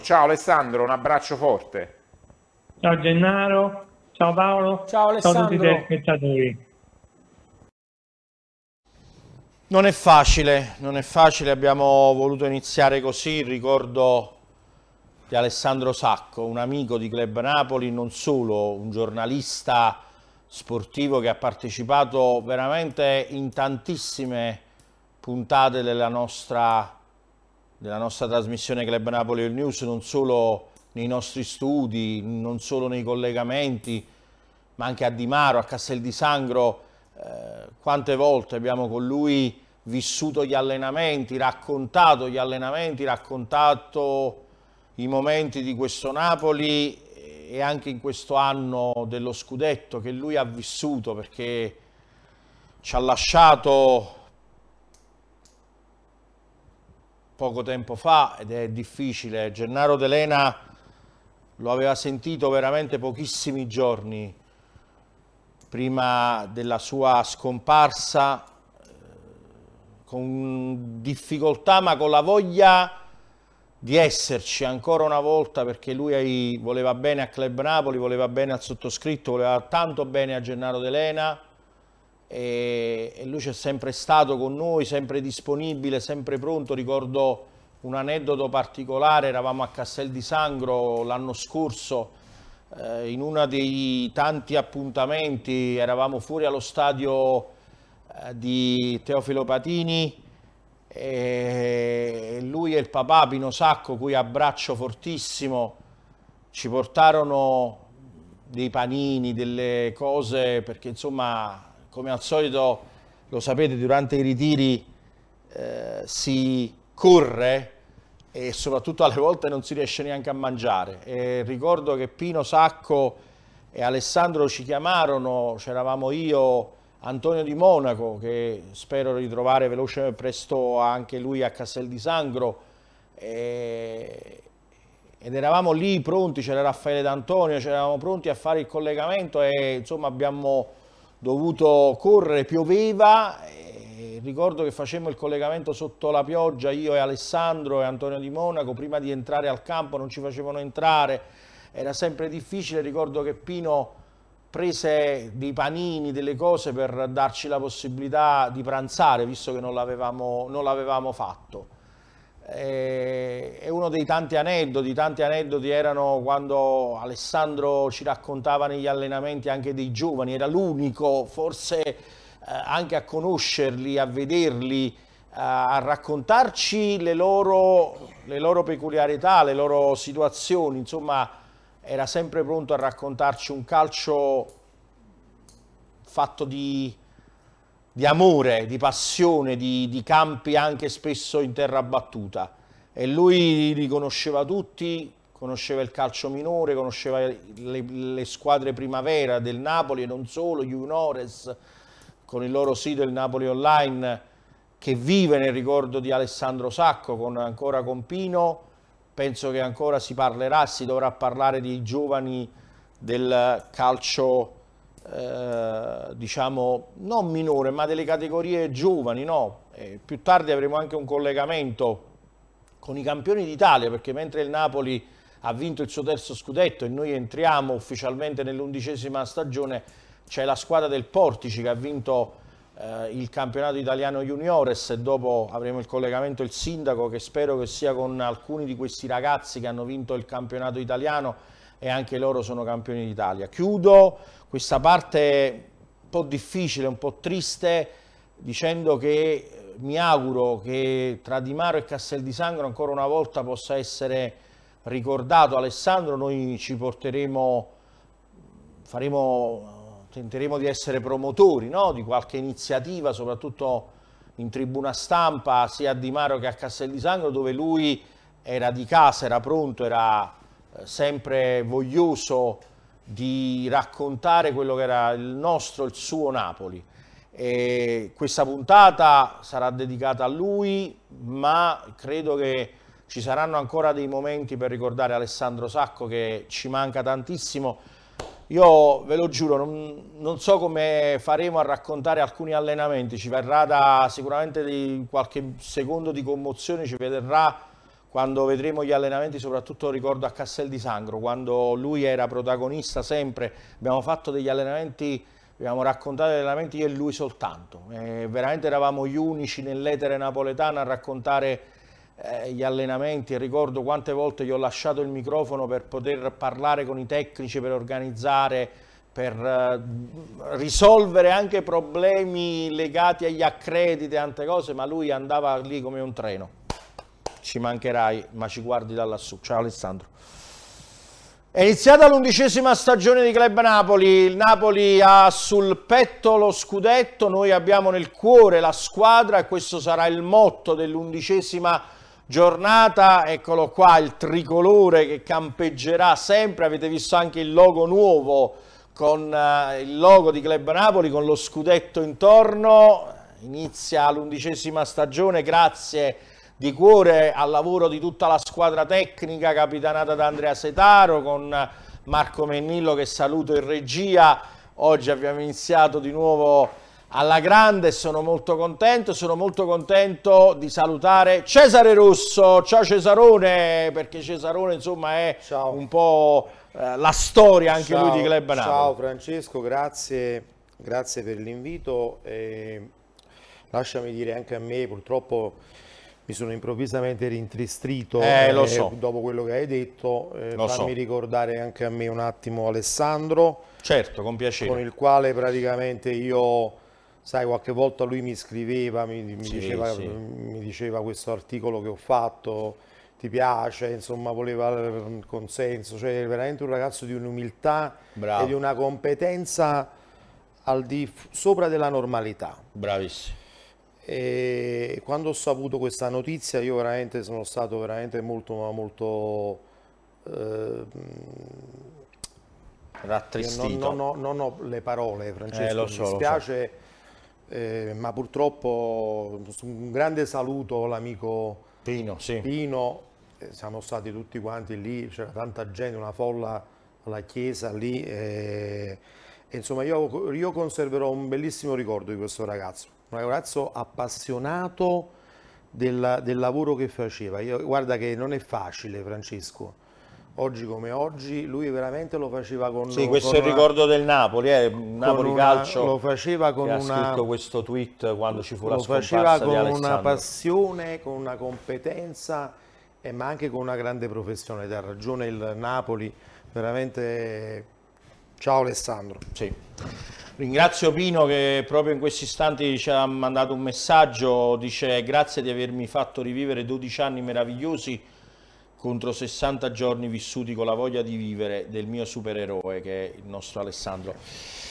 Ciao Alessandro, un abbraccio forte. Ciao Gennaro, ciao Paolo, Ciao ciao a tutti i Alessandro. telespettatori. Non è facile, abbiamo voluto iniziare così il ricordo di Alessandro Sacco, un amico di Club Napoli, non solo un giornalista sportivo che ha partecipato veramente in tantissime puntate della nostra trasmissione Club Napoli All News, non solo nei nostri studi, non solo nei collegamenti, ma anche a Di Maro, a Castel di Sangro. Quante volte abbiamo con lui vissuto gli allenamenti, raccontato i momenti di questo Napoli e anche in questo anno dello scudetto che lui ha vissuto, perché ci ha lasciato poco tempo fa ed è difficile. Gennaro D'Elena lo aveva sentito veramente pochissimi giorni prima della sua scomparsa, con difficoltà ma con la voglia di esserci ancora una volta, perché lui voleva bene a Club Napoli, voleva bene al sottoscritto, voleva tanto bene a Gennaro D'Elena e lui c'è sempre stato con noi, sempre disponibile, sempre pronto. Ricordo un aneddoto particolare: eravamo a Castel di Sangro l'anno scorso, in uno dei tanti appuntamenti, eravamo fuori allo stadio di Teofilo Patini e lui e il papà Pino Sacco, cui abbraccio fortissimo, ci portarono dei panini, delle cose, perché insomma, come al solito, lo sapete, durante i ritiri si corre e soprattutto alle volte non si riesce neanche a mangiare. E ricordo che Pino Sacco e Alessandro ci chiamarono, c'eravamo io, Antonio Di Monaco, che spero ritrovare veloce e presto anche lui a Castel di Sangro, ed eravamo lì pronti, c'era Raffaele D'Antonio, c'eravamo pronti a fare il collegamento e insomma abbiamo dovuto correre, pioveva e ricordo che facemmo il collegamento sotto la pioggia, io e Alessandro e Antonio Di Monaco, prima di entrare al campo non ci facevano entrare, era sempre difficile. Ricordo che Pino prese dei panini, delle cose per darci la possibilità di pranzare, visto che non l'avevamo fatto. E uno dei tanti aneddoti erano quando Alessandro ci raccontava negli allenamenti anche dei giovani, era l'unico forse anche a conoscerli, a vederli, a raccontarci le loro peculiarità, le loro situazioni, insomma era sempre pronto a raccontarci un calcio fatto di amore, di passione, di campi anche spesso in terra battuta. E lui li conosceva tutti, conosceva il calcio minore, conosceva le squadre primavera del Napoli e non solo, gli Juniores, con il loro sito il Napoli Online, che vive nel ricordo di Alessandro Sacco, ancora con Pino. Penso che ancora si parlerà, si dovrà parlare dei giovani del calcio, diciamo, non minore, ma delle categorie giovani, no? Più tardi avremo anche un collegamento con i campioni d'Italia, perché mentre il Napoli ha vinto il suo terzo scudetto e noi entriamo ufficialmente nell'11ª stagione, c'è la squadra del Portici che ha vinto il campionato italiano juniores, e dopo avremo il collegamento, il sindaco, che spero che sia con alcuni di questi ragazzi che hanno vinto il campionato italiano e anche loro sono campioni d'Italia. Chiudo questa parte un po' difficile, un po' triste, dicendo che mi auguro che tra Di Maro e Castel di Sangro ancora una volta possa essere ricordato Alessandro. Noi ci porteremo, tenteremo di essere promotori, no? Di qualche iniziativa, soprattutto in tribuna stampa, sia a Di Maro che a Castel di Sangro, dove lui era di casa, era pronto, era sempre voglioso di raccontare quello che era il suo Napoli. E questa puntata sarà dedicata a lui, ma credo che ci saranno ancora dei momenti per ricordare Alessandro Sacco, che ci manca tantissimo. Io ve lo giuro, non so come faremo a raccontare alcuni allenamenti, ci verrà sicuramente qualche secondo di commozione, ci verrà quando vedremo gli allenamenti, soprattutto ricordo a Castel di Sangro, quando lui era protagonista sempre, abbiamo fatto degli allenamenti, abbiamo raccontato degli allenamenti io e lui soltanto, veramente eravamo gli unici nell'etere napoletano a raccontare gli allenamenti, e ricordo quante volte gli ho lasciato il microfono per poter parlare con i tecnici, per organizzare, per risolvere anche problemi legati agli accrediti e tante cose, ma lui andava lì come un treno. Ci mancherai, ma ci guardi da lassù. Ciao Alessandro. È iniziata l'11ª stagione di Club Napoli, il Napoli ha sul petto lo scudetto, noi abbiamo nel cuore la squadra e questo sarà il motto dell'11ª giornata. Eccolo qua, il tricolore che campeggerà sempre, avete visto anche il logo nuovo con il logo di Club Napoli con lo scudetto intorno. Inizia l'11ª stagione, grazie di cuore al lavoro di tutta la squadra tecnica capitanata da Andrea Setaro, con Marco Mennillo che saluto in regia. Oggi abbiamo iniziato di nuovo alla grande e sono molto contento di salutare Cesare Rosso. Ciao Cesarone, perché Cesarone insomma è un po' la storia anche lui di Club Napoli. Ciao Francesco, grazie per l'invito. Lasciami dire anche a me, purtroppo mi sono improvvisamente rintristrito lo so. dopo quello che hai detto. Fammi ricordare anche a me un attimo Alessandro. Certo, con piacere. Con il quale praticamente io, sai, qualche volta lui mi scriveva, mi diceva questo articolo che ho fatto, ti piace, insomma voleva il consenso, cioè veramente un ragazzo di un'umiltà e di una competenza al di sopra della normalità. Bravissimo. E quando ho saputo questa notizia io veramente sono stato molto rattristito. Non ho le parole, Francesco, mi dispiace, ma purtroppo un grande saluto all'amico Pino. Pino, siamo stati tutti quanti lì, c'era tanta gente, una folla alla chiesa lì, e insomma io conserverò un bellissimo ricordo di questo ragazzo. Un ragazzo appassionato del lavoro che faceva. Guarda che non è facile, Francesco. Oggi come oggi, lui veramente lo faceva con... Sì, questo è il ricordo del Napoli, Napoli Calcio. Lo faceva con ha scritto questo tweet quando ci fu la scomparsa di Alessandro. Lo faceva con una passione, con una competenza, ma anche con una grande professionalità. Ha ragione il Napoli, veramente... Ciao Alessandro. Sì. Ringrazio Pino che proprio in questi istanti ci ha mandato un messaggio, dice grazie di avermi fatto rivivere 12 anni meravigliosi contro 60 giorni vissuti con la voglia di vivere del mio supereroe che è il nostro Alessandro.